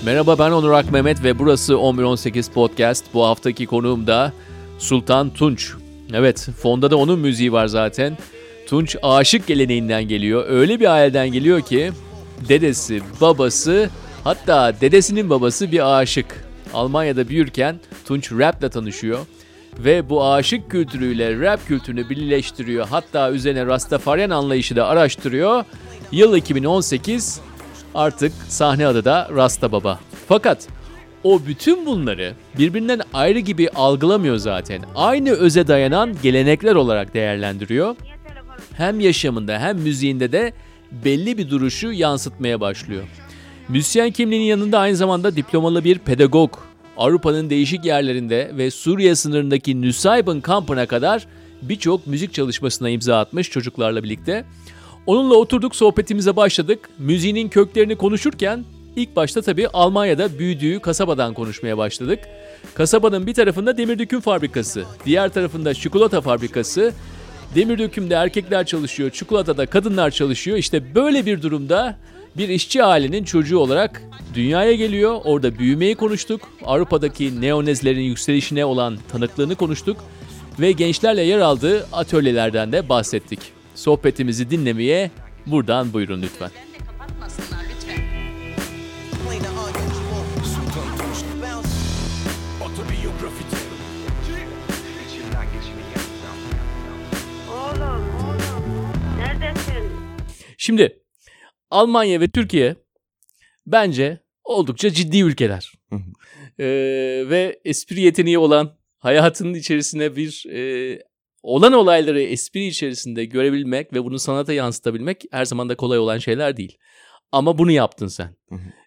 Merhaba, ben Onur Akmehmet ve burası 1118 Podcast. Bu haftaki konuğum da Sultan Tunç. Evet, fonda da onun müziği var zaten. Tunç aşık geleneğinden geliyor. Öyle bir aileden geliyor ki dedesi, babası, hatta dedesinin babası bir aşık. Almanya'da büyürken Tunç rap'le tanışıyor. Ve bu aşık kültürüyle rap kültürünü birleştiriyor. Hatta üzerine Rastafarian anlayışı da araştırıyor. Yıl 2018, artık sahne adı da Rasta Baba. Fakat o bütün bunları birbirinden ayrı gibi algılamıyor zaten. Aynı öze dayanan gelenekler olarak değerlendiriyor. Hem yaşamında hem müziğinde de belli bir duruşu yansıtmaya başlıyor. Müzisyen kimliğinin yanında aynı zamanda diplomalı bir pedagog. Avrupa'nın değişik yerlerinde ve Suriye sınırındaki Nusaybin kampına kadar birçok müzik çalışmasına imza atmış çocuklarla birlikte. Onunla oturduk, sohbetimize başladık. Müziğinin köklerini konuşurken ilk başta tabii Almanya'da büyüdüğü kasabadan konuşmaya başladık. Kasabanın bir tarafında demir döküm fabrikası, diğer tarafında çikolata fabrikası. Demir dökümde erkekler çalışıyor, çikolatada kadınlar çalışıyor. İşte böyle bir durumda bir işçi ailenin çocuğu olarak dünyaya geliyor. Orada büyümeyi konuştuk. Avrupa'daki neonazilerin yükselişine olan tanıklığını konuştuk. Ve gençlerle yer aldığı atölyelerden de bahsettik. Sohbetimizi dinlemeye buradan buyurun lütfen. Şimdi Almanya ve Türkiye bence oldukça ciddi ülkeler. Ve espri yeteneği olan, hayatının içerisine bir olan olayları espri içerisinde görebilmek ve bunu sanata yansıtabilmek her zaman da kolay olan şeyler değil. Ama bunu yaptın sen.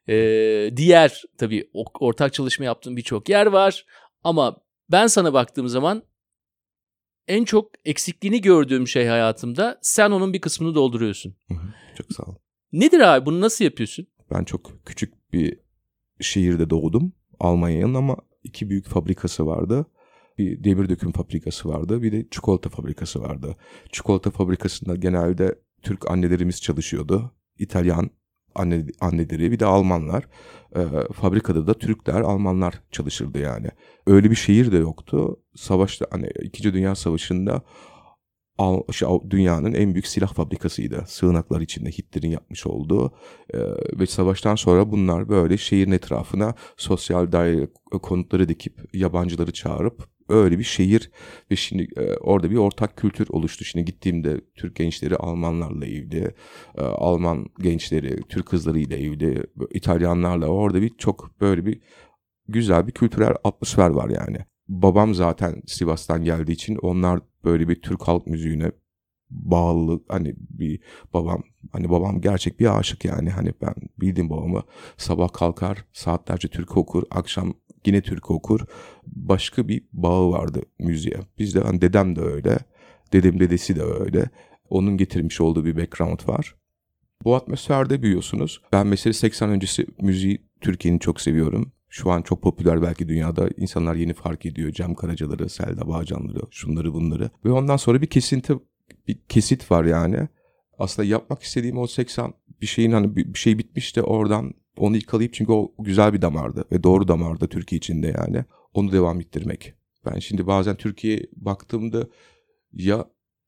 Diğer tabii ortak çalışma yaptığın birçok yer var. Ama ben sana baktığım zaman en çok eksikliğini gördüğüm şey hayatımda, sen onun bir kısmını dolduruyorsun. Çok sağ ol. Nedir abi, bunu nasıl yapıyorsun? Ben çok küçük bir şehirde doğdum, Almanya'nın, ama iki büyük fabrikası vardı. Bir demir döküm fabrikası vardı, bir de çikolata fabrikası vardı. Çikolata fabrikasında genelde Türk annelerimiz çalışıyordu. İtalyan anneleri, bir de Almanlar. Fabrikada da Türkler, Almanlar çalışırdı yani. Öyle bir şehir de yoktu. Savaşta, hani İkinci Dünya Savaşı'nda dünyanın en büyük silah fabrikasıydı. Sığınaklar içinde Hitler'in yapmış olduğu. Ve savaştan sonra bunlar böyle şehrin etrafına sosyal daire konutları dikip yabancıları çağırıp öyle bir şehir ve şimdi orada bir ortak kültür oluştu. Şimdi gittiğimde Türk gençleri Almanlarla evli, Alman gençleri Türk kızlarıyla evli, İtalyanlarla, orada bir çok böyle bir güzel bir kültürel atmosfer var yani. Babam zaten Sivas'tan geldiği için onlar böyle bir Türk halk müziğine bağlı, hani bir babam gerçek bir aşık yani. Hani ben bildiğim babamı, sabah kalkar saatlerce türkü okur, akşam yine türkü okur. Başka bir bağı vardı müziğe. Bizde hani dedem de öyle, dedesi de öyle. Onun getirmiş olduğu bir background var. Bu atmosferde büyüyorsunuz. Ben mesela 80 öncesi müziği, Türkiye'ni çok seviyorum. Şu an çok popüler, belki dünyada insanlar yeni fark ediyor. Cem Karacaları, Selda Bağcanları, şunları bunları. Ve ondan sonra bir kesit var yani. Aslında yapmak istediğim o 80 bir şeyin, hani bir şey bitmişti, oradan onu yıkalayıp, çünkü o güzel bir damardı ve doğru damarda Türkiye içinde yani. Onu devam ettirmek. Ben şimdi bazen Türkiye'ye baktığımda ya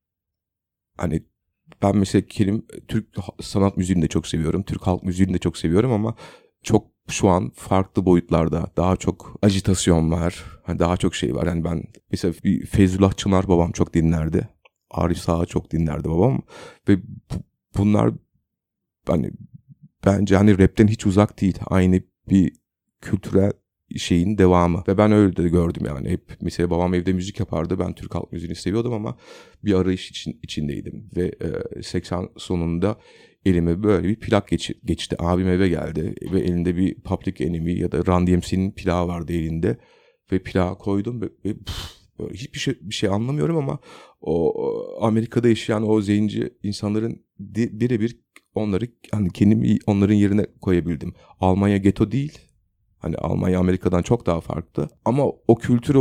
hani ben mesela Türk sanat müziğini de çok seviyorum. Türk halk müziğini de çok seviyorum ama çok şu an farklı boyutlarda, daha çok ajitasyon var. Hani daha çok şey var. Yani ben mesela bir Feyzullah Çınar babam çok dinlerdi. Arif Sağ'ı çok dinlerdi babam. Ve bunlar hani bence hani rapten hiç uzak değil. Aynı bir kültürel şeyin devamı. Ve ben öyle de gördüm yani. Hep mesela babam evde müzik yapardı. Ben Türk halk müziğini seviyordum ama bir arayış içindeydim. Ve 80 sonunda elime böyle bir plak geçti. Abim eve geldi ve elinde bir Public Enemy ya da Run DMC'nin plağı vardı elinde. Ve plağı koydum ve hiçbir şey anlamıyorum ama o Amerika'da yaşayan o zenci insanların birebir onları, hani kendimi onların yerine koyabildim. Almanya geto değil. Hani Almanya Amerika'dan çok daha farklı. Ama o kültürü,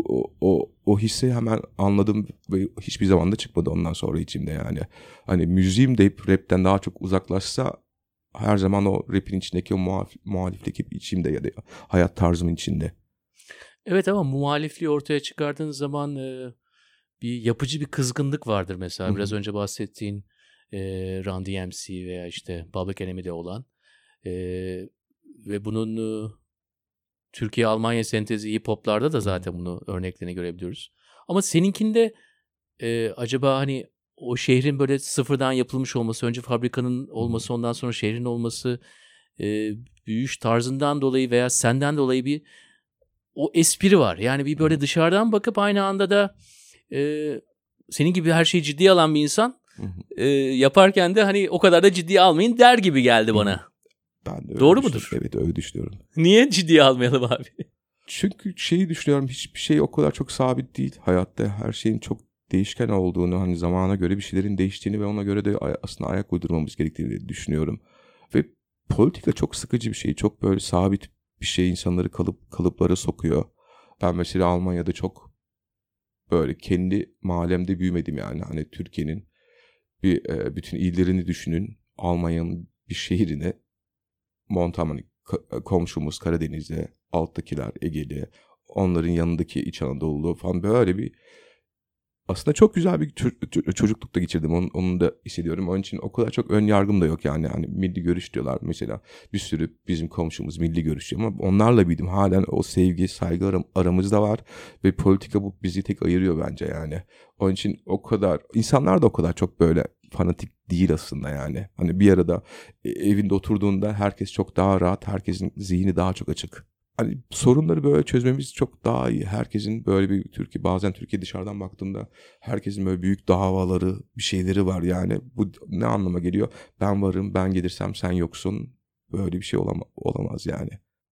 o hissi hemen anladım ve hiçbir zaman da çıkmadı ondan sonra içimde yani. Hani müziğim de hep rapten daha çok uzaklaşsa her zaman o rapin içindeki o muhaliflik hep içimde ya da hayat tarzımın içinde. Evet ama muhalifliği ortaya çıkardığın zaman bir yapıcı bir kızgınlık vardır mesela. Biraz önce bahsettiğin Run DMC veya işte Public Enemy'de olan ve bunun Türkiye-Almanya sentezi hip hoplarda da zaten bunu örneklerini görebiliyoruz. Ama seninkinde acaba hani o şehrin böyle sıfırdan yapılmış olması, önce fabrikanın olması, ondan sonra şehrin olması, büyüyüş tarzından dolayı veya senden dolayı bir o espri var. Yani bir böyle dışarıdan bakıp aynı anda da senin gibi her şeyi ciddiye alan bir insan yaparken de hani o kadar da ciddiye almayın der gibi geldi bana. Ben de öyle Doğru mudur? Evet, öyle düşünüyorum. Niye ciddiye almayalım abi? Çünkü şeyi düşünüyorum, hiçbir şey o kadar çok sabit değil. Hayatta her şeyin çok değişken olduğunu, hani zamana göre bir şeylerin değiştiğini ve ona göre de aslında ayak uydurmamız gerektiğini düşünüyorum. Ve politika çok sıkıcı bir şey. Çok böyle sabit bir şey, insanları kalıplara sokuyor. Ben mesela Almanya'da çok böyle kendi mahallemde büyümedim yani. Hani Türkiye'nin bütün illerini düşünün. Almanya'nın bir şehrine, Montaman komşumuz Karadeniz'de, alttakiler Ege'de, onların yanındaki İç Anadolu falan, böyle bir aslında çok güzel bir çocuklukta geçirdim. Onu da hissediyorum. Onun için o kadar çok ön yargım da yok yani. Hani milli görüş diyorlar mesela. Bir sürü bizim komşumuz milli görüş diyor ama onlarla büyüdüm. Halen o sevgi, saygı aramızda var ve politika bu bizi tek ayırıyor bence yani. Onun için o kadar, insanlar da o kadar çok böyle fanatik değil aslında yani. Hani bir arada evinde oturduğunda herkes çok daha rahat, herkesin zihni daha çok açık. Hani sorunları böyle çözmemiz çok daha iyi. Herkesin böyle bir bazen Türkiye dışarıdan baktığında herkesin böyle büyük davaları, bir şeyleri var yani. Bu ne anlama geliyor? Ben varım, ben gelirsem sen yoksun. Böyle bir şey olamaz yani.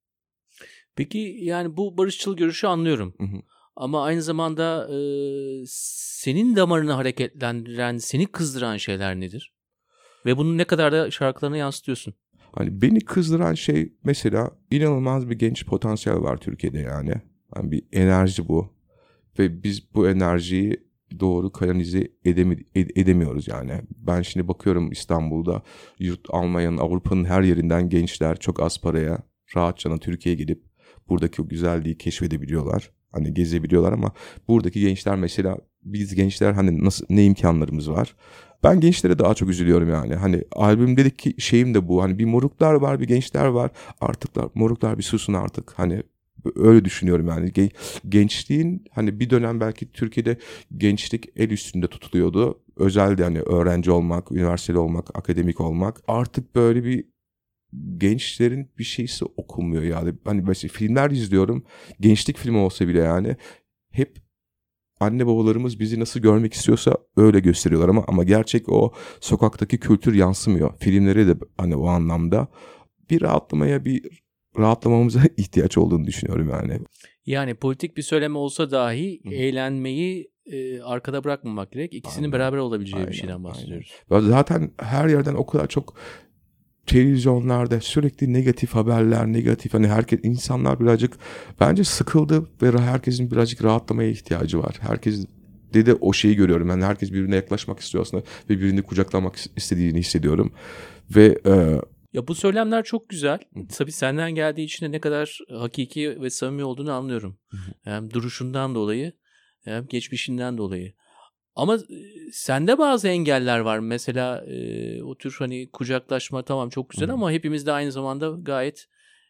Peki yani bu barışçıl görüşü anlıyorum. Ama aynı zamanda senin damarını hareketlendiren, seni kızdıran şeyler nedir? Ve bunu ne kadar da şarkılarına yansıtıyorsun? Hani beni kızdıran şey mesela inanılmaz bir genç potansiyel var Türkiye'de yani. Hani bir enerji bu. Ve biz bu enerjiyi doğru kanalize edemiyoruz yani. Ben şimdi bakıyorum İstanbul'da Almanya'nın, Avrupa'nın her yerinden gençler çok az paraya rahatça Türkiye'ye gelip buradaki o güzelliği keşfedebiliyorlar. Hani gezebiliyorlar ama buradaki gençler mesela, biz gençler hani ne imkanlarımız var? Ben gençlere daha çok üzülüyorum yani. Hani albümdeki şeyim de bu. Hani bir moruklar var, bir gençler var. Moruklar bir susun artık. Hani öyle düşünüyorum yani. Gençliğin hani bir dönem belki Türkiye'de gençlik el üstünde tutuluyordu. Özeldi hani öğrenci olmak, üniversiteli olmak, akademik olmak. Artık böyle bir gençlerin bir şeysi okunmuyor yani. Hani mesela filmler izliyorum. Gençlik filmi olsa bile yani hep anne babalarımız bizi nasıl görmek istiyorsa öyle gösteriyorlar ama gerçek o sokaktaki kültür yansımıyor. Filmlere de hani o anlamda bir rahatlamamıza ihtiyaç olduğunu düşünüyorum yani. Yani politik bir söyleme olsa dahi eğlenmeyi arkada bırakmamak gerek. İkisinin beraber olabileceği bir şeyden bahsediyoruz. Zaten her yerden o kadar çok televizyonlarda sürekli negatif haberler, hani insanlar birazcık bence sıkıldı ve herkesin birazcık rahatlamaya ihtiyacı var. Herkes de o şeyi görüyorum. Yani herkes birbirine yaklaşmak istiyor aslında ve birbirini kucaklamak istediğini hissediyorum. Ve ya bu söylemler çok güzel. Tabii senden geldiği için de ne kadar hakiki ve samimi olduğunu anlıyorum. Hem duruşundan dolayı hem geçmişinden dolayı. Ama sende bazı engeller var. Mesela o tür hani kucaklaşma tamam çok güzel ama hepimiz de aynı zamanda gayet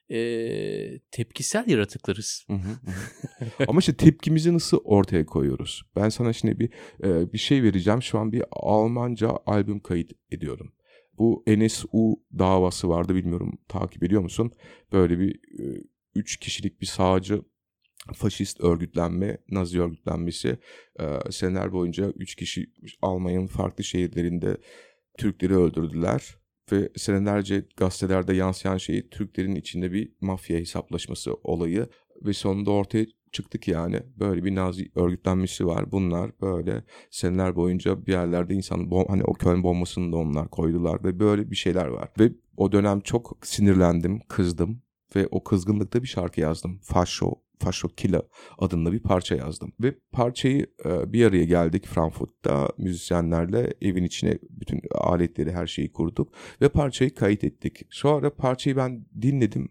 tepkisel yaratıklarız. Ama işte tepkimizi nasıl ortaya koyuyoruz? Ben sana şimdi bir şey vereceğim. Şu an bir Almanca albüm kayıt ediyorum. Bu NSU davası vardı, bilmiyorum takip ediyor musun? Böyle bir 3 kişilik bir sağcı faşist örgütlenme, Nazi örgütlenmesi seneler boyunca 3 kişi Almanya'nın farklı şehirlerinde Türkleri öldürdüler. Ve senelerce gazetelerde yansıyan Türklerin içinde bir mafya hesaplaşması olayı ve sonunda ortaya çıktı ki yani böyle bir Nazi örgütlenmesi var. Bunlar böyle seneler boyunca bir yerlerde hani o Köln bombasını da onlar koydular ve böyle bir şeyler var. Ve o dönem çok sinirlendim, kızdım ve o kızgınlıkta bir şarkı yazdım. Faşo Fashokila adında bir parça yazdım. Ve parçayı bir araya geldik Frankfurt'ta müzisyenlerle, evin içine bütün aletleri, her şeyi kurduk ve parçayı kayıt ettik. Sonra parçayı ben dinledim.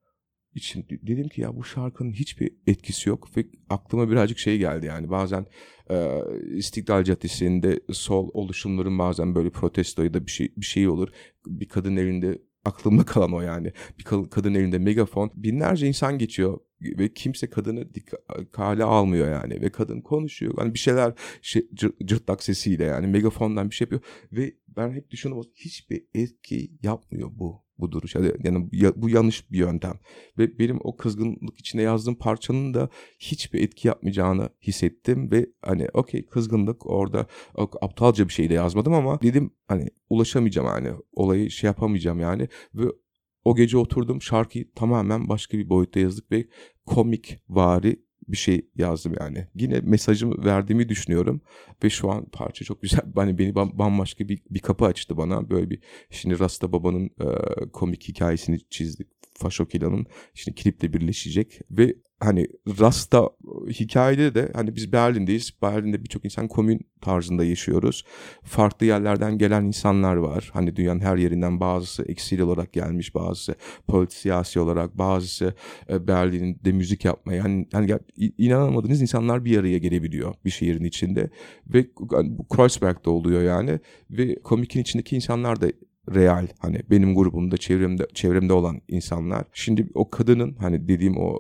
Dedim ki ya bu şarkının hiçbir etkisi yok ve aklıma birazcık şey geldi, yani bazen İstiklal Caddesi'nde sol oluşumların bazen böyle protesto ya da bir şey olur. Bir kadın elinde, aklımda kalan o yani. Bir kadın elinde megafon, binlerce insan geçiyor ve kimse kadını kale almıyor yani. Ve kadın konuşuyor. Hani bir şeyler cırtlak sesiyle, yani megafondan bir şey yapıyor ve ben hep düşünüyorum, hiçbir etki yapmıyor bu duruş. Yani bu yanlış bir yöntem. Ve benim o kızgınlık içinde yazdığım parçanın da hiçbir etki yapmayacağını hissettim ve hani okey, kızgınlık orada, aptalca bir şey de yazmadım ama dedim hani ulaşamayacağım, yani olayı şey yapamayacağım yani. Ve o gece oturdum, şarkıyı tamamen başka bir boyutta yazdık ve komik vari bir şey yazdım yani. Yine mesajımı verdiğimi düşünüyorum ve şu an parça çok güzel. Hani beni bambaşka bir kapı açtı bana. Böyle bir, şimdi Rasta Baba'nın komik hikayesini çizdik. Fashokila'nın şimdi kliple birleşecek ve hani Rasta hikayede de hani biz Berlin'deyiz. Berlin'de birçok insan komün tarzında yaşıyoruz. Farklı yerlerden gelen insanlar var. Hani dünyanın her yerinden, bazısı eksil olarak gelmiş, bazısı siyasi olarak, bazısı Berlin'de müzik yapmaya. Yani inanamadığınız insanlar bir araya gelebiliyor bir şehrin içinde ve bu Kreuzberg'de oluyor yani ve komikin içindeki insanlar da real, hani benim grubumda, çevremde olan insanlar. Şimdi o kadının, hani dediğim o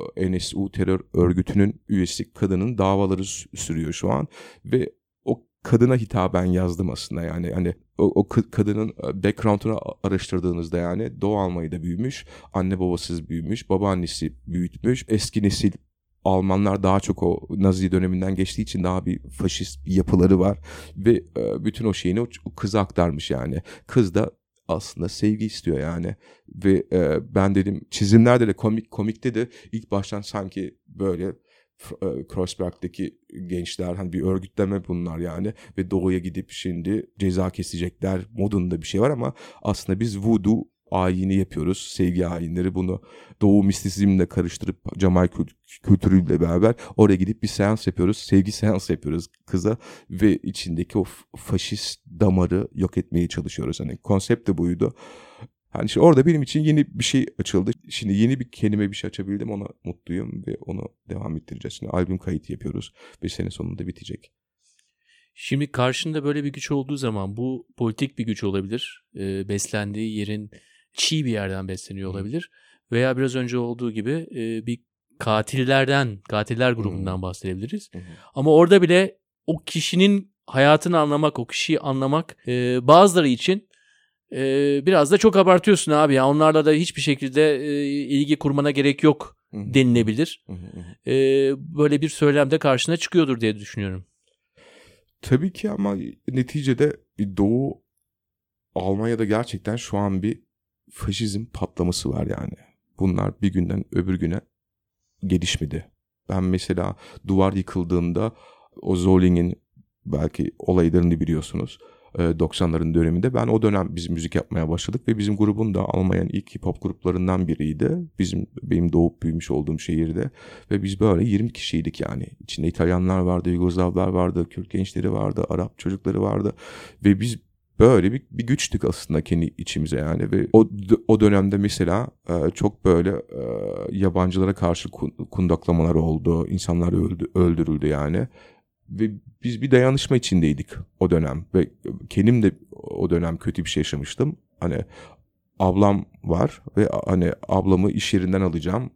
NSU terör örgütünün üyesi kadının davaları sürüyor şu an ve o kadına hitaben yazdım aslında, yani hani o kadının background'unu araştırdığınızda, yani Doğu Almanya'da büyümüş, anne babasız büyümüş, babaannesi büyütmüş, eski nesil Almanlar daha çok o Nazi döneminden geçtiği için daha bir faşist bir yapıları var ve bütün o şeyini o kıza aktarmış yani. Kız da aslında sevgi istiyor yani ve ben dedim çizimlerde de komikte de ilk baştan sanki böyle Kreuzberg'deki gençler, hani bir örgütleme bunlar yani ve doğuya gidip şimdi ceza kesecekler modunda bir şey var ama aslında biz voodoo ayini yapıyoruz. Sevgi ayinleri, bunu Doğu mistisizmle karıştırıp Jamaika kültürüyle beraber oraya gidip bir seans yapıyoruz. Sevgi seansı yapıyoruz kıza ve içindeki o faşist damarı yok etmeye çalışıyoruz. Hani konsept de buydu. Hani işte orada benim için yeni bir şey açıldı. Şimdi yeni bir kelime, bir şey açabildim, ona mutluyum ve onu devam ettireceğiz. Şimdi albüm kayıtı yapıyoruz ve sene sonunda bitecek. Şimdi karşında böyle bir güç olduğu zaman bu politik bir güç olabilir. Beslendiği yerin çiğ bir yerden besleniyor olabilir. Veya biraz önce olduğu gibi bir katiller grubundan bahsedebiliriz. Ama orada bile o kişinin hayatını anlamak, o kişiyi anlamak bazıları için biraz da çok abartıyorsun abi ya. Onlarla da hiçbir şekilde ilgi kurmana gerek yok denilebilir. Böyle bir söylemde karşına çıkıyordur diye düşünüyorum. Tabii ki ama neticede bir Doğu Almanya'da gerçekten şu an bir faşizm patlaması var yani. Bunlar bir günden öbür güne gelişmedi. Ben mesela duvar yıkıldığında o Zolling'in belki olaylarını biliyorsunuz. 90'ların döneminde ben o dönem biz müzik yapmaya başladık ve bizim grubun da Almanya'nın ilk hip hop gruplarından biriydi. Benim doğup büyümüş olduğum şehirde ve biz böyle 20 kişiydik yani. İçinde İtalyanlar vardı, Yugoslavlar vardı, Kürt gençleri vardı, Arap çocukları vardı ve biz böyle bir güçtük aslında kendi içimize yani ve o dönemde mesela çok böyle yabancılara karşı kundaklamalar oldu, insanlar öldürüldü yani. Ve biz bir dayanışma içindeydik o dönem ve kendim de o dönem kötü bir şey yaşamıştım. Hani ablam var ve hani ablamı iş yerinden alacağım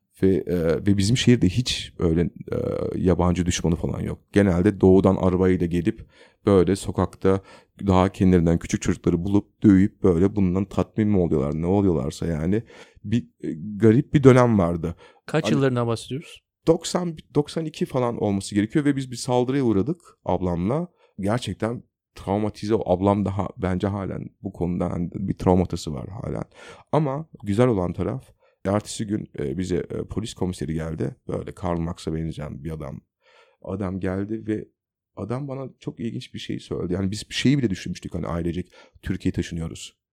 ve bizim şehirde hiç öyle yabancı düşmanı falan yok. Genelde doğudan arabayla gelip böyle sokakta daha kendilerinden küçük çocukları bulup dövüp böyle bundan tatmin mi oluyorlar, ne oluyorlarsa yani bir garip bir dönem vardı. Kaç yıllarından bahsediyoruz? 92 falan olması gerekiyor ve biz bir saldırıya uğradık ablamla. Gerçekten travmatize, ablam daha bence halen bu konuda bir travmatası var halen. Ama güzel olan taraf, ertesi gün bize polis komiseri geldi. Böyle Karl Marx'a benzeyen bir adam. Adam geldi ve adam bana çok ilginç bir şey söyledi. Yani biz bir şeyi bile düşünmüştük, hani ailecek Türkiye'ye taşınıyoruz.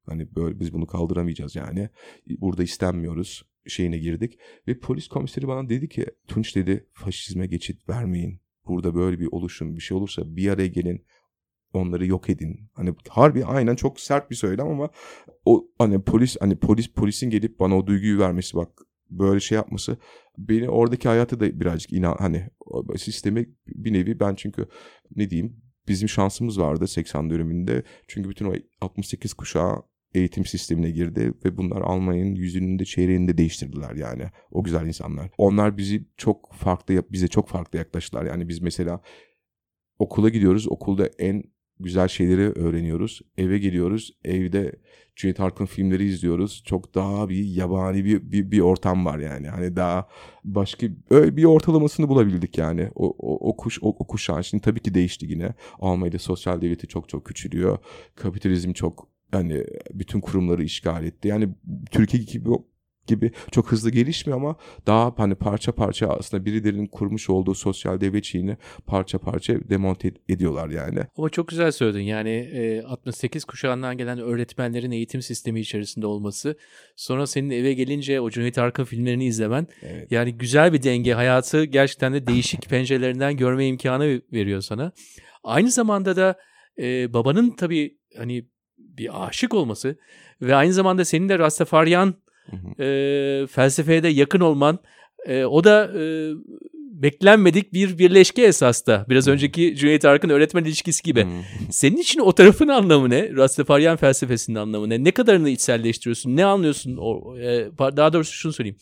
Hani böyle biz bunu kaldıramayacağız yani. Burada istenmiyoruz şeyine girdik. Ve polis komiseri bana dedi ki Tunç dedi faşizme geçit vermeyin. Burada böyle bir oluşum bir şey olursa bir araya gelin. Onları yok edin. Hani harbi aynen çok sert bir söylem ama o hani polisin gelip bana o duyguyu vermesi bak böyle şey yapması beni oradaki hayata da birazcık hani sistemi bir nevi ben çünkü ne diyeyim bizim şansımız vardı 80 döneminde. Çünkü bütün o 68 kuşağı eğitim sistemine girdi ve bunlar Almanya'nın yüzünün de çeyreğini de değiştirdiler yani. O güzel insanlar. Onlar bize çok farklı yaklaştılar. Yani biz mesela okula gidiyoruz. Okulda en güzel şeyleri öğreniyoruz. Eve geliyoruz. Evde Cüneyt Arkın filmleri izliyoruz. Çok daha bir yabani bir ortam var yani. Hani daha başka öyle bir ortalamasını bulabildik yani. O kuşağın. Şimdi tabii ki değişti yine. Almanya'da sosyal devleti çok çok küçülüyor. Kapitalizm çok hani bütün kurumları işgal etti. Yani Türkiye gibi çok hızlı gelişmiyor ama daha hani parça parça aslında birilerinin kurmuş olduğu sosyal devlet şeyini parça parça demonte ediyorlar yani. Ama çok güzel söyledin yani 68 kuşağından gelen öğretmenlerin eğitim sistemi içerisinde olması, sonra senin eve gelince o Cüneyt Arkın filmlerini izlemen, Evet. yani güzel bir denge, hayatı gerçekten de değişik pencerelerinden görme imkanı veriyor sana. Aynı zamanda da babanın tabii hani bir aşık olması ve aynı zamanda senin de Rastafaryan felsefeye de yakın olman, o da beklenmedik bir birleşke esasda. Biraz önceki Cüneyt Arkın öğretmen ilişkisi gibi. Senin için o tarafın anlamı ne? Rastafaryan felsefesinin anlamı ne? Ne kadarını içselleştiriyorsun? Ne anlıyorsun? Daha doğrusu şunu söyleyeyim.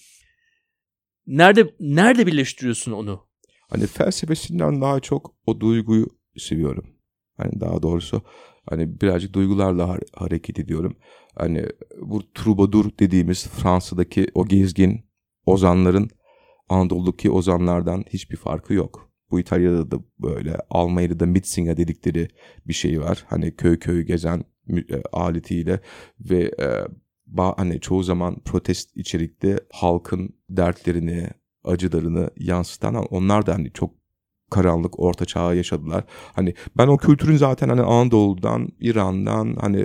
Nerede birleştiriyorsun onu? Hani felsefesinden daha çok o duyguyu seviyorum. Hani daha doğrusu hani birazcık duygularla hareket ediyorum. Hani bu troubadour dediğimiz Fransa'daki o gezgin ozanların Anadolu'daki ozanlardan hiçbir farkı yok. Bu İtalya'da da böyle, Almanya'da da Mitzinger dedikleri bir şey var. Hani köy köy gezen aletiyle ve hani çoğu zaman protest içerikli halkın dertlerini, acılarını yansıtan, onlar da hani çok karanlık orta çağı yaşadılar. Hani ben o kültürün zaten hani Anadolu'dan, İran'dan, hani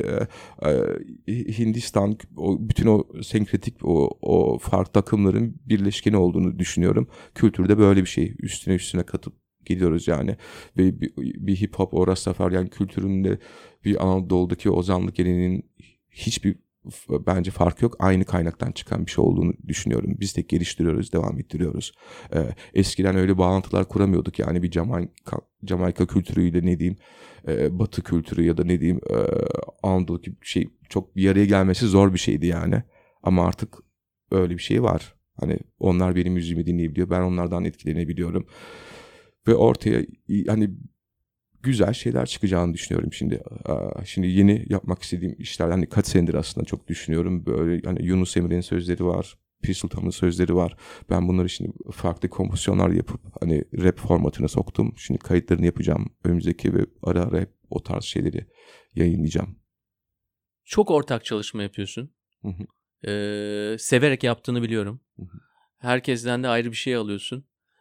Hindistan, bütün o senkretik o farklı akımların birleşkeni olduğunu düşünüyorum. Kültürde böyle bir şey üstüne katıp gidiyoruz yani. Ve bir hip hop o Rastafarian kültüründe bir Anadolu'daki ozanlık geleneğinin hiçbir bence fark yok. Aynı kaynaktan çıkan bir şey olduğunu düşünüyorum. Biz de geliştiriyoruz, devam ettiriyoruz. Eskiden öyle bağlantılar kuramıyorduk. Yani bir Jamaika kültürüyle ne diyeyim, Batı kültürü ya da ne diyeyim Anadolu'daki şey çok bir araya gelmesi zor bir şeydi yani. Ama artık öyle bir şey var. Hani onlar benim müziğimi dinleyebiliyor. Ben onlardan etkilenebiliyorum. Ve ortaya hani güzel şeyler çıkacağını düşünüyorum şimdi. Şimdi yeni yapmak istediğim işler hani kaç senedir aslında çok düşünüyorum. Böyle hani Yunus Emre'nin sözleri var. Pir Sultan'ın sözleri var. Ben bunları şimdi farklı kompozisyonlar yapıp hani rap formatına soktum. Şimdi kayıtlarını yapacağım önümüzdeki ve ara ara hep o tarz şeyleri yayınlayacağım. Çok ortak çalışma yapıyorsun. Severek yaptığını biliyorum. Herkesten de ayrı bir şey alıyorsun.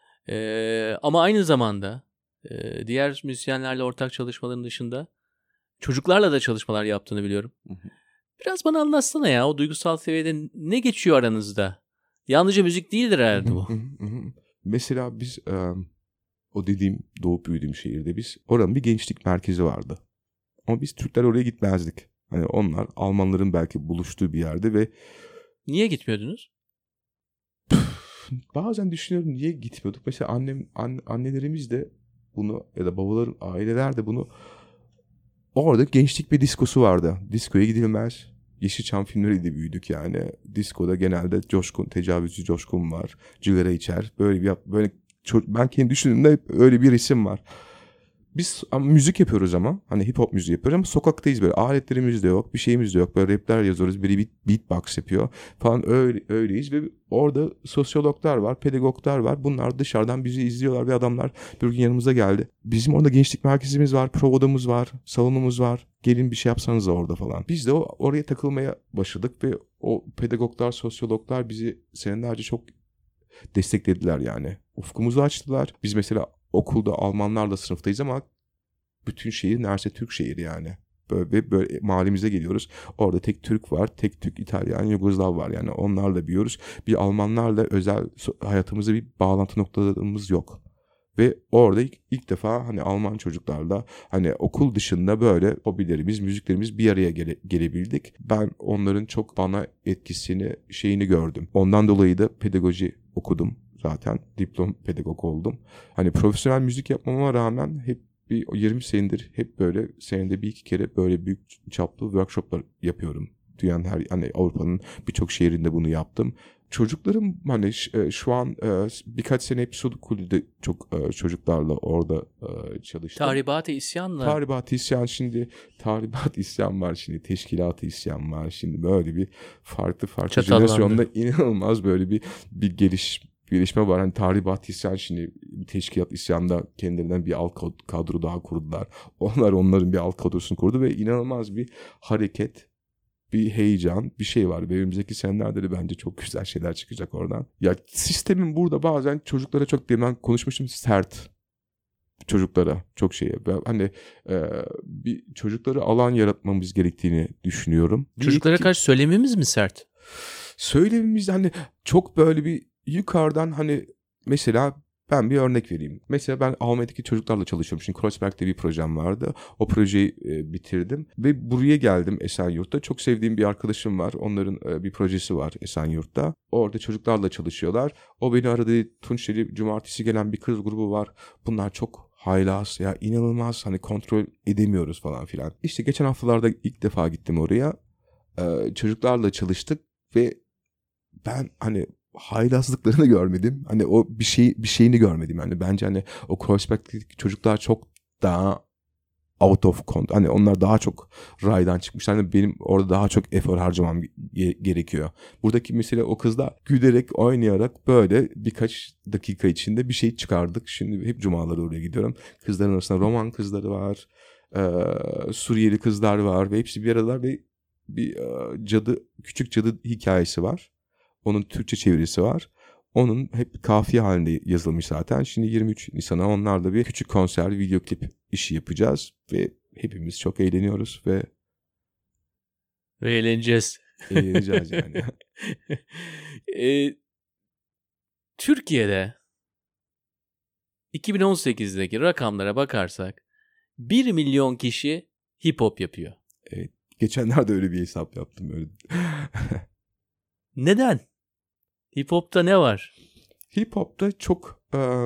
Ama aynı zamanda diğer müzisyenlerle ortak çalışmaların dışında çocuklarla da çalışmalar yaptığını biliyorum. Biraz bana anlatsana ya, o duygusal seviyede ne geçiyor aranızda? Yalnızca müzik değildir herhalde bu. Mesela biz o dediğim doğup büyüdüğüm şehirde biz oranın bir gençlik merkezi vardı. Ama biz Türkler oraya gitmezdik. Hani onlar Almanların belki buluştuğu bir yerde ve niye gitmiyordunuz? Bazen düşünüyorum niye gitmiyorduk. Mesela annelerimiz de bunu ya da babaların, aileler de bunu, orada gençlik bir diskosu vardı. Diskoya gidilmez. Yeşilçam filmleriyle büyüdük yani. Diskoda genelde tecavüzcü coşkun var. Cigara içer. Böyle ben kendi düşündüğümde hep öyle bir isim var. Biz müzik yapıyoruz ama hani hip hop müziği yapıyoruz ama sokaktayız böyle. Aletlerimiz de yok, bir şeyimiz de yok. Böyle rapler yazıyoruz, biri beatbox yapıyor falan, öyleyiz ve orada sosyologlar var, pedagoglar var. Bunlar dışarıdan bizi izliyorlar ve adamlar bir gün yanımıza geldi. Bizim orada gençlik merkezimiz var, prova odamız var, salonumuz var. Gelin bir şey yapsanız da orada falan. Biz de oraya takılmaya başladık ve o pedagoglar, sosyologlar bizi senelerce çok desteklediler yani. Ufkumuzu açtılar. Biz mesela okulda Almanlarla sınıftayız ama bütün şehir neredeyse Türk şehri yani. böyle mahallemize geliyoruz. Orada tek Türk var, tek Türk, İtalyan, Yugoslav var. Yani onlarla büyüyoruz. Bir Almanlarla özel hayatımızda bir bağlantı noktalarımız yok. Ve orada ilk defa hani Alman çocuklarla hani okul dışında böyle hobilerimiz, müziklerimiz bir araya gelebildik. Ben onların çok bana etkisini, şeyini gördüm. Ondan dolayı da pedagoji okudum zaten. Diplom pedagog oldum. Hani profesyonel müzik yapmama rağmen hep bir 20 senedir hep böyle senede bir iki kere böyle büyük çaplı workshoplar yapıyorum. Dünyanın hani Avrupa'nın birçok şehrinde bunu yaptım. Çocuklarım hani şu an birkaç sene hep Sulukuli'de çok çocuklarla orada çalıştım. Tahribat-ı isyanla. Tahribat-ı isyan şimdi, tahribat isyan var şimdi, teşkilat-ı isyan var şimdi, böyle bir farklı jenerasyonda inanılmaz böyle bir gelişme var. Hani tahribat isyan şimdi, teşkilat isyanda kendilerinden bir alt kadro daha kurdular. Onların bir alt kadrosunu kurdu ve inanılmaz bir hareket, bir heyecan, bir şey var. Ve önümüzdeki senelerde de bence çok güzel şeyler çıkacak oradan. Ya sistemin burada bazen çocuklara çok, ben konuşmuştum, sert. Çocuklara çok hani bir çocuklara alan yaratmamız gerektiğini düşünüyorum. Çocuklara karşı söylememiz mi sert? Söylememiz hani çok böyle bir yukarıdan, hani mesela ben bir örnek vereyim. Mesela ben Almanya'daki çocuklarla çalışıyorum. Şimdi Kreuzberg'de bir projem vardı. O projeyi bitirdim ve buraya geldim Esenyurt'ta. Çok sevdiğim bir arkadaşım var. Onların bir projesi var Esenyurt'ta. Orada çocuklarla çalışıyorlar. O beni aradı. Tunç dedi, cumartesi gelen bir kız grubu var. Bunlar çok haylaz ya, inanılmaz, hani kontrol edemiyoruz falan filan. İşte geçen haftalarda ilk defa gittim oraya. Çocuklarla çalıştık ve ben hani haylazlıklarını görmedim. Hani o bir şeyini görmedim. Yani bence hani o Kreuzberg'deki çocuklar çok daha out of control. Hani onlar daha çok raydan çıkmışlar. Hani benim orada daha çok efor harcamam gerekiyor. Buradaki mesela o kızla gülerek, oynayarak böyle birkaç dakika içinde bir şey çıkardık. Şimdi hep cumaları oraya gidiyorum. Kızların arasında Roman kızları var. Suriyeli kızlar var ve hepsi bir aradalar ve bir küçük cadı hikayesi var. Onun Türkçe çevirisi var. Onun hep kafiye halinde yazılmış zaten. Şimdi 23 Nisan'a onlarla bir küçük konser, video klip işi yapacağız. Ve hepimiz çok eğleniyoruz ve eğleneceğiz. Eğleneceğiz yani. Türkiye'de 2018'deki rakamlara bakarsak 1 milyon kişi hip hop yapıyor. Evet. Geçenlerde öyle bir hesap yaptım. Öyle. Neden? Hip hop'ta ne var? Hip hop'ta çok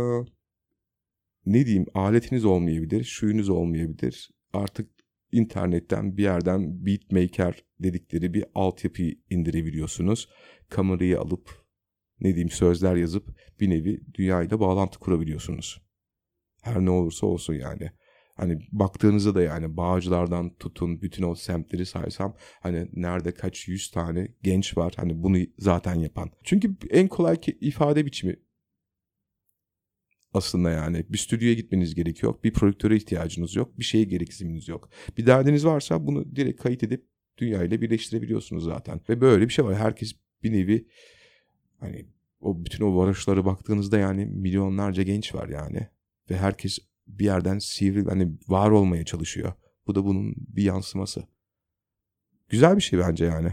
ne diyeyim, aletiniz olmayabilir, şuyunuz olmayabilir. Artık internetten bir yerden beatmaker dedikleri bir altyapıyı indirebiliyorsunuz. Kamerayı alıp ne diyeyim sözler yazıp bir nevi dünyayla bağlantı kurabiliyorsunuz. Her ne olursa olsun yani. Hani baktığınızda da yani Bağcılar'dan tutun bütün o semtleri saysam hani nerede kaç 100 tane genç var hani bunu zaten yapan. Çünkü en kolay ifade biçimi aslında yani. Bir stüdyoya gitmeniz gerekiyor. Bir prodüktöre ihtiyacınız yok. Bir şeye gereksiniminiz yok. Bir derdiniz varsa bunu direkt kayıt edip dünyayla birleştirebiliyorsunuz zaten. Ve böyle bir şey var. Herkes bir nevi hani o bütün o varoşlara baktığınızda yani milyonlarca genç var yani. Ve herkes bir yerden hani var olmaya çalışıyor. Bu da bunun bir yansıması. Güzel bir şey bence yani.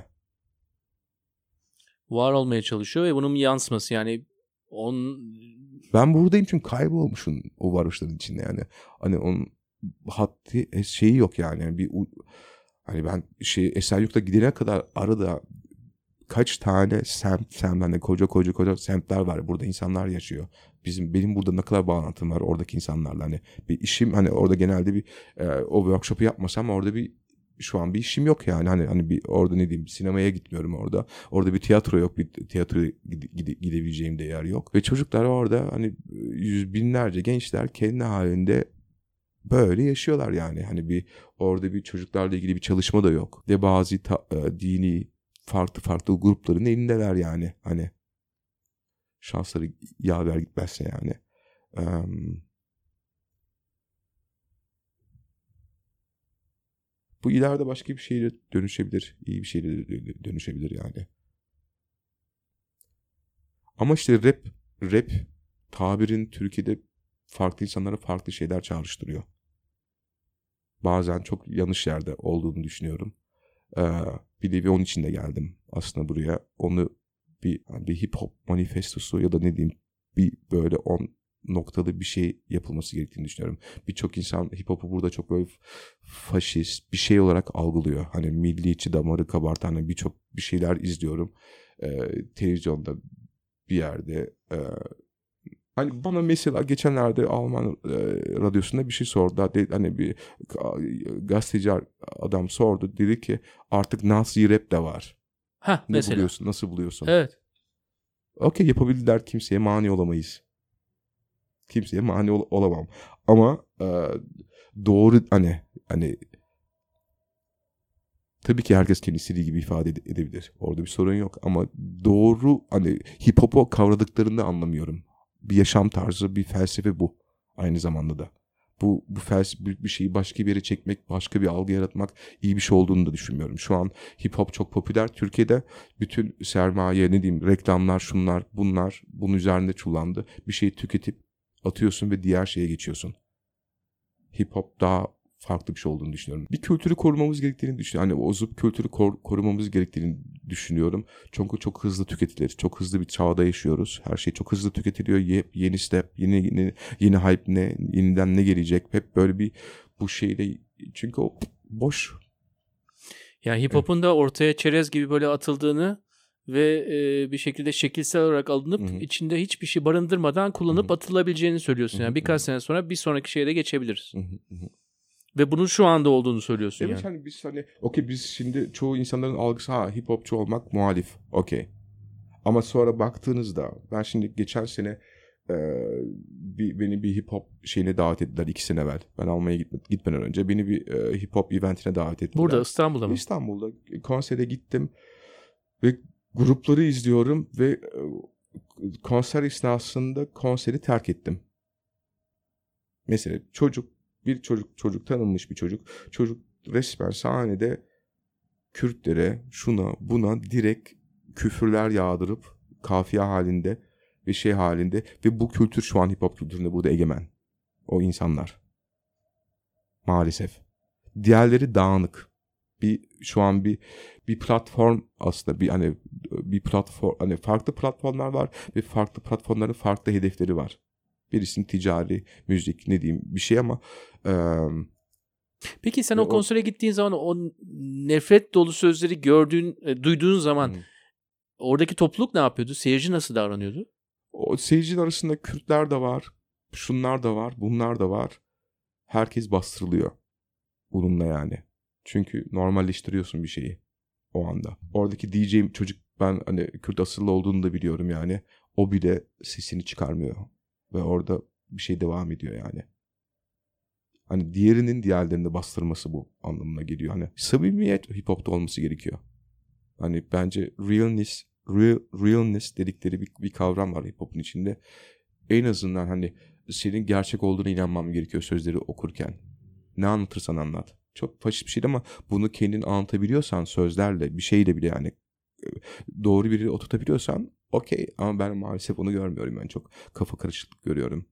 Var olmaya çalışıyor ve bunun bir yansıması yani Ben buradayım çünkü kaybolmuşum o varoşların içinde yani. Hani onun haddi şeyi yok yani. Hani ben Esenyurt'a gidene kadar arada kaç tane semt hani koca semtler var. Burada insanlar yaşıyor. Benim burada ne kadar bağlantım var oradaki insanlarla. Hani bir işim, hani orada genelde o workshop'u yapmasam orada şu an bir işim yok yani. Hani bir orada ne diyeyim, sinemaya gitmiyorum orada. Orada bir tiyatro yok. Bir tiyatroya gidebileceğim de yer yok. Ve çocuklar orada hani yüz binlerce gençler kendi halinde böyle yaşıyorlar yani. Hani orada bir çocuklarla ilgili bir çalışma da yok. Ve bazı dini farklı grupların elindeler yani. Hani şansları yaver gitmezse yani. Bu ileride başka bir şeyle dönüşebilir. İyi bir şeyle dönüşebilir yani. Ama işte rap tabirin Türkiye'de farklı insanlara farklı şeyler çağrıştırıyor. Bazen çok yanlış yerde olduğunu düşünüyorum. Bir nevi onun için de geldim aslında buraya. Onu bir hip hop manifestosu ya da ne diyeyim bir böyle 10 noktalı bir şey yapılması gerektiğini düşünüyorum. Birçok insan hip hop'u burada çok böyle faşist bir şey olarak algılıyor. Hani milliyetçi damarı kabartan hani birçok bir şeyler izliyorum. Televizyonda bir yerde hani bana mesela geçenlerde Alman radyosunda bir şey sordu. Hani bir gazeteci adam sordu. Dedi ki artık Nazi rap de var. Ne mesela. buluyorsun? Nasıl buluyorsun? Evet. Okey, yapabildiler, kimseye mani olamayız. Kimseye mani olamam. Ama doğru hani tabii ki herkes kendi istediği gibi ifade edebilir. Orada bir sorun yok ama doğru hani hip hop'u kavradıklarını anlamıyorum. Bir yaşam tarzı, bir felsefe bu aynı zamanda da. Bu felsefe bir şeyi başka bir yere çekmek, başka bir algı yaratmak iyi bir şey olduğunu da düşünmüyorum. Şu an hip hop çok popüler Türkiye'de. Bütün sermaye, ne diyeyim, reklamlar, şunlar, bunlar bunun üzerinde çullandı. Bir şeyi tüketip atıyorsun ve diğer şeye geçiyorsun. Hip hop daha farklı bir şey olduğunu düşünüyorum. Bir kültürü korumamız gerektiğini düşünüyorum. Hani o zıp kültürü korumamız gerektiğini düşünüyorum. Çünkü çok hızlı tüketilir. Çok hızlı bir çağda yaşıyoruz. Her şey çok hızlı tüketiliyor. Yeni step, yeni hype ne, yeniden ne gelecek? Hep böyle bir bu şeyle, çünkü o boş. Yani hip hop'un da ortaya çerez gibi böyle atıldığını ve bir şekilde şekilsel olarak alınıp içinde hiçbir şey barındırmadan kullanıp atılabileceğini söylüyorsun. Yani birkaç sene sonra bir sonraki şeye de geçebiliriz. Ve bunun şu anda olduğunu söylüyorsun evet, yani. hani biz okey, biz şimdi çoğu insanların algısı hip hopçu olmak muhalif. Okey. Ama sonra baktığınızda ben şimdi geçen sene beni bir hip hop şeyine davet ettiler 2 sene evvel. Ben Almanya'ya gitmeden önce beni bir hip hop eventine davet ettiler. Burada İstanbul'da mı? İstanbul'da konsere gittim ve grupları izliyorum ve konser esnasında konseri terk ettim. Mesela çocuk tanınmış bir çocuk resmen sahnede Kürtlere, şuna buna direkt küfürler yağdırıp kafiye halinde ve şey halinde ve bu kültür şu an hip hop kültüründe burada egemen. O insanlar. Maalesef. Diğerleri dağınık. Şu an bir platform aslında bir platform, hani farklı platformlar var ve farklı platformların farklı hedefleri var. Birisinin ticari, müzik, ne diyeyim bir şey ama peki sen o konsere gittiğin zaman o nefret dolu sözleri duyduğun zaman oradaki topluluk ne yapıyordu? Seyirci nasıl davranıyordu? O seyircinin arasında Kürtler de var, şunlar da var, bunlar da var. Herkes bastırılıyor bununla yani. Çünkü normalleştiriyorsun bir şeyi o anda. Oradaki DJ çocuk, ben hani Kürt asıllı olduğunu da biliyorum yani. O bile sesini çıkarmıyor. Ve orada bir şey devam ediyor yani. Hani diğerinin diğerlerini bastırması bu anlamına geliyor. Hani samimiyet hip hop'ta olması gerekiyor. Hani bence realness dedikleri bir kavram var hip hop'un içinde. En azından hani senin gerçek olduğuna inanmam gerekiyor sözleri okurken. Ne anlatırsan anlat. Çok faşist bir şey ama bunu kendin anlatabiliyorsan sözlerle, bir şeyle bile yani doğru biri oturtabiliyorsan okey, ama ben maalesef onu görmüyorum. Ben çok kafa karışıklık görüyorum.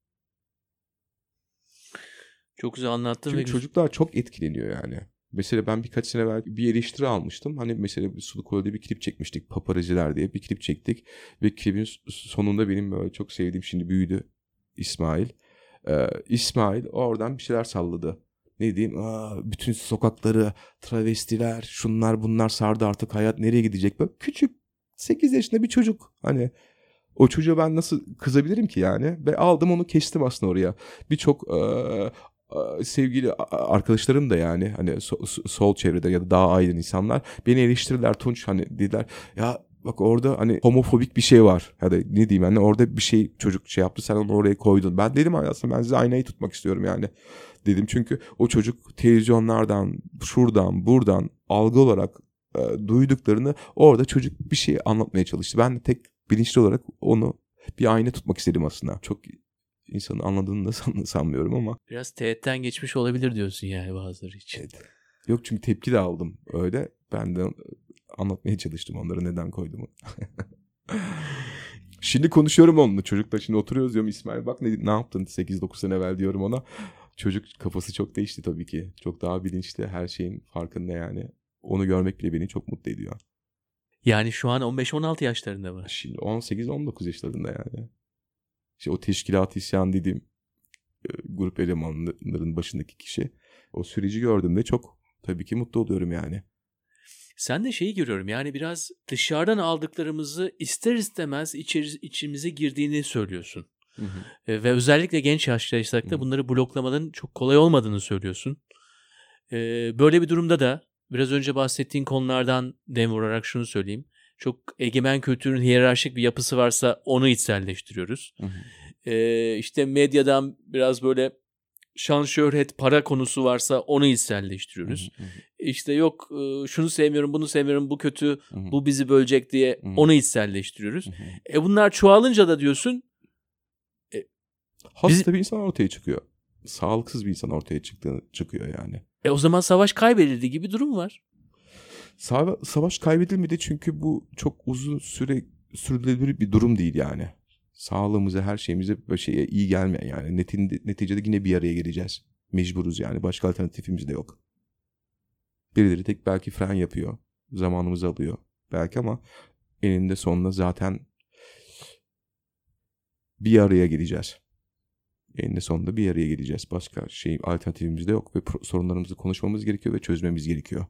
Çok güzel anlattın. Çünkü çocuklar çok etkileniyor yani. Mesela ben birkaç sene evvel bir eleştiri almıştım. Hani mesela Sulukoy'da bir klip çekmiştik. Paparaziler diye bir klip çektik. Ve klibin sonunda benim böyle çok sevdiğim, şimdi büyüdü, İsmail. İsmail oradan bir şeyler salladı. Ne diyeyim? Bütün sokakları travestiler, şunlar bunlar sardı, artık hayat nereye gidecek? Böyle küçük 8 yaşında bir çocuk. Hani o çocuğa ben nasıl kızabilirim ki yani? Ve aldım onu kestim aslında oraya. Birçok sevgili arkadaşlarım da yani hani sol çevrede ya da daha aydın insanlar beni eleştirirler. Tunç, hani dediler ya bak orada hani homofobik bir şey var ya da ne diyeyim, hani orada bir şey çocuk şey yaptı, sen onu oraya koydun. Ben dedim aslında ben size aynayı tutmak istiyorum yani dedim, çünkü o çocuk televizyonlardan şuradan buradan algı olarak duyduklarını orada çocuk bir şey anlatmaya çalıştı. Ben de tek bilinçli olarak onu bir ayna tutmak istedim aslında. Çok insanın anladığını da sanmıyorum ama. Biraz teğetten geçmiş olabilir diyorsun yani bazıları için. Evet. Yok, çünkü tepki de aldım öyle. Ben de anlatmaya çalıştım onları neden koyduğumu. Şimdi konuşuyorum onunla. Çocukla şimdi oturuyoruz, diyorum İsmail bak ne yaptın 8-9 sene evvel diyorum ona. çocuk kafası çok değişti tabii ki. Çok daha bilinçli, her şeyin farkında yani. Onu görmek bile beni çok mutlu ediyor. Yani şu an 15-16 yaşlarında mı? Şimdi 18-19 yaşlarında yani. İşte o teşkilat-ı isyan dediğim grup elemanlarının başındaki kişi. O süreci gördüğümde çok tabii ki mutlu oluyorum yani. Sen de şeyi görüyorum, yani biraz dışarıdan aldıklarımızı ister istemez içimize girdiğini söylüyorsun. Hı hı. Ve özellikle genç yaştaysak da bunları bloklamanın çok kolay olmadığını söylüyorsun. Böyle bir durumda da biraz önce bahsettiğin konulardan dem vurarak şunu söyleyeyim. Çok egemen kültürün hiyerarşik bir yapısı varsa onu içselleştiriyoruz. Hı hı. İşte medyadan biraz böyle şan, şöhret, para konusu varsa onu içselleştiriyoruz. Hı hı. İşte yok şunu sevmiyorum, bunu sevmiyorum, bu kötü, Hı hı. bu bizi bölecek diye Hı hı. onu içselleştiriyoruz. Hı hı. Bunlar çoğalınca da diyorsun Hasta bir insan ortaya çıkıyor. Sağlıksız bir insan ortaya çıkıyor yani. o zaman savaş kaybedildi gibi durum var. Savaş kaybedilmedi çünkü bu çok uzun süre sürdürülebilir bir durum değil yani. Sağlığımıza, her şeyimize böyle şeye iyi gelmeyen yani. Neticede yine bir araya geleceğiz. Mecburuz yani. Başka alternatifimiz de yok. Birileri tek belki fren yapıyor. Zamanımızı alıyor. Belki ama eninde sonunda zaten bir araya geleceğiz. Eninde sonunda bir araya geleceğiz. Başka alternatifimiz de yok ve sorunlarımızı konuşmamız gerekiyor ve çözmemiz gerekiyor.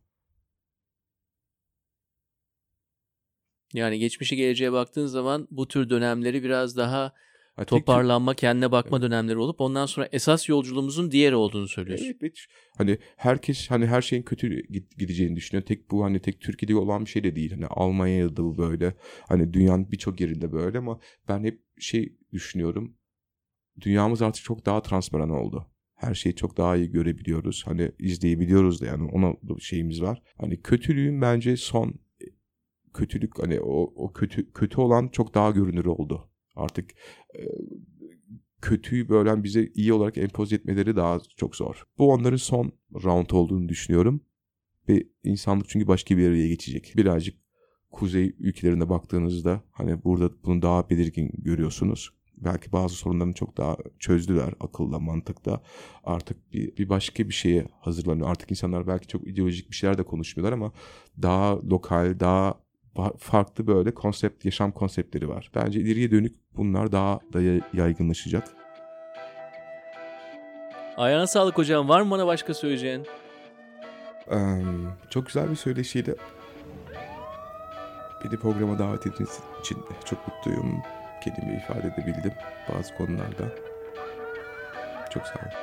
Yani geçmişe geleceğe baktığın zaman bu tür dönemleri biraz daha toparlanma, kendine bakma dönemleri olup ondan sonra esas yolculuğumuzun diğeri olduğunu söylüyorsun. Evet. Hani herkes her şeyin kötü gideceğini düşünüyor. Tek Türkiye'de olan bir şey de değil. Hani Almanya'da bu böyle. Hani dünyanın birçok yerinde böyle ama ben hep düşünüyorum. Dünyamız artık çok daha transparan oldu. Her şeyi çok daha iyi görebiliyoruz. Hani izleyebiliyoruz da yani ona şeyimiz var. Hani kötülüğün bence kötülük hani o kötü olan çok daha görünür oldu. Artık kötüyü böyle bize iyi olarak empoze etmeleri daha çok zor. Bu onların son round olduğunu düşünüyorum. Ve insanlık çünkü başka bir yere geçecek. Birazcık kuzey ülkelerine baktığınızda hani burada bunu daha belirgin görüyorsunuz. Belki bazı sorunlarını çok daha çözdüler akılla, mantıkla. Artık bir başka bir şeye hazırlanıyor. Artık insanlar belki çok ideolojik bir şeyler de konuşmuyorlar ama daha lokal, daha farklı böyle yaşam konseptleri var. Bence ileriye dönük bunlar daha da yaygınlaşacak. Ayağına sağlık hocam. Var mı bana başka söyleyeceğin? Çok güzel bir söyleşiydi. Beni programa davet ettiğiniz için çok mutluyum. Kendimi ifade edebildim bazı konularda. Çok sağ olun.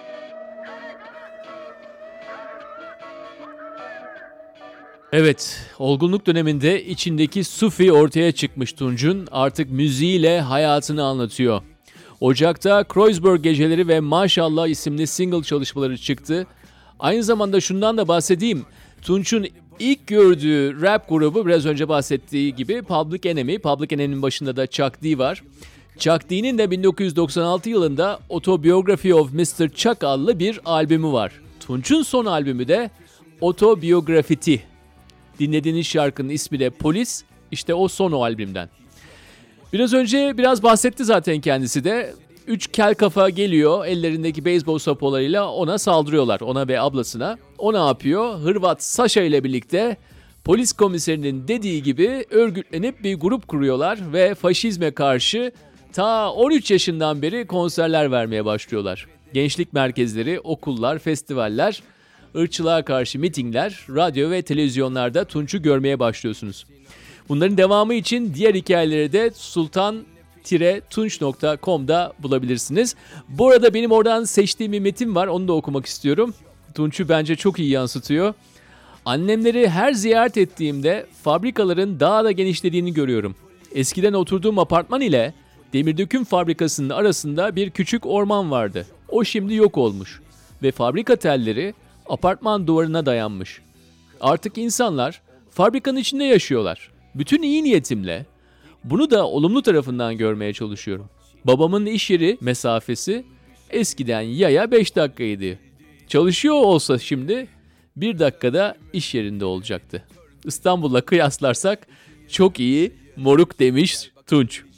Evet, olgunluk döneminde içindeki Sufi ortaya çıkmış Tunç'un artık müziğiyle hayatını anlatıyor. Ocak'ta Kreuzberg Geceleri ve Maşallah isimli single çalışmaları çıktı. Aynı zamanda şundan da bahsedeyim. Tunç'un ilk gördüğü rap grubu biraz önce bahsettiği gibi Public Enemy. Public Enemy'nin başında da Chuck D var. Chuck D'nin de 1996 yılında Autobiography of Mr. Chuck adlı bir albümü var. Tunç'un son albümü de Autobiography. Dinlediğiniz şarkının ismi de Polis. İşte o son o albümden. Biraz önce biraz bahsetti zaten kendisi de. 3 kel kafa geliyor ellerindeki beyzbol sopalarıyla ona saldırıyorlar. Ona ve ablasına. O ne yapıyor? Hırvat Saşa ile birlikte polis komiserinin dediği gibi örgütlenip bir grup kuruyorlar ve faşizme karşı ta 13 yaşından beri konserler vermeye başlıyorlar. Gençlik merkezleri, okullar, festivaller, ırkçılığa karşı mitingler, radyo ve televizyonlarda Tunç'u görmeye başlıyorsunuz. Bunların devamı için diğer hikayeleri de sultan-tunç.com'da bulabilirsiniz. Bu arada benim oradan seçtiğim bir metin var, onu da okumak istiyorum. Tunç'u bence çok iyi yansıtıyor. Annemleri her ziyaret ettiğimde fabrikaların daha da genişlediğini görüyorum. Eskiden oturduğum apartman ile demirdöküm fabrikasının arasında bir küçük orman vardı. O şimdi yok olmuş ve fabrika telleri apartman duvarına dayanmış. Artık insanlar fabrikanın içinde yaşıyorlar. Bütün iyi niyetimle bunu da olumlu tarafından görmeye çalışıyorum. Babamın iş yeri mesafesi eskiden yaya 5 dakikaydı. Çalışıyor olsa şimdi 1 dakikada iş yerinde olacaktı. İstanbul'la kıyaslarsak çok iyi moruk demiş Tunç.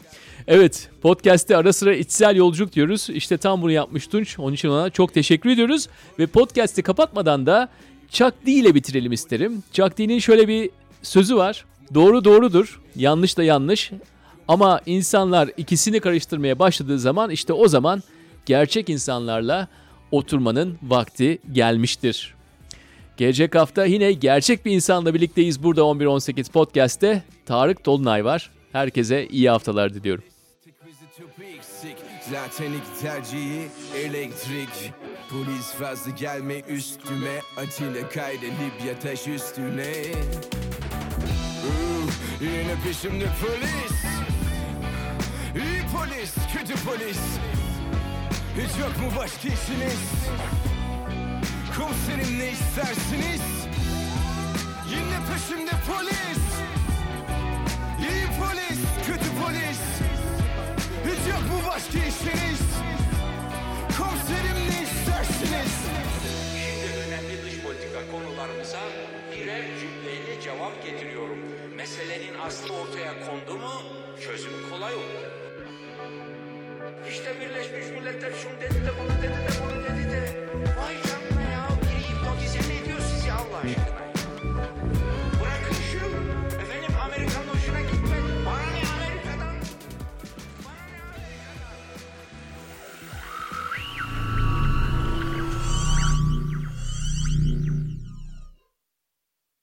Evet, podcast'te ara sıra içsel yolculuk diyoruz. İşte tam bunu yapmış Tunç. Onun için ona çok teşekkür ediyoruz. Ve podcast'i kapatmadan da Chuck D ile bitirelim isterim. Chuck D'nin şöyle bir sözü var. Doğru doğrudur, yanlış da yanlış. Ama insanlar ikisini karıştırmaya başladığı zaman işte o zaman gerçek insanlarla oturmanın vakti gelmiştir. Gelecek hafta yine gerçek bir insanla birlikteyiz burada 11-18 Podcast'te. Tarık Dolunay var. Herkese iyi haftalar diliyorum. Zaten ilk tercihi elektrik. Polis fazla gelme üstüme. Atilla kaydı Libya taş üstüne. Yine peşimde polis. İyi polis, kötü polis. Hiç yok mu başka işiniz? Komiserim ne istersiniz? Yine peşimde polis. İyi polis, kötü polis. Hiç yok mu başka işiniz? Komiserim ne istersiniz? Şimdi önemli dış politika konularımıza birer cümleyle cevap getiriyorum. Meselenin aslı ortaya kondu mu çözüm kolay olur. İşte Birleşmiş Milletler şunu dedi de bunu dedi de bunu dedi de. Vay canına.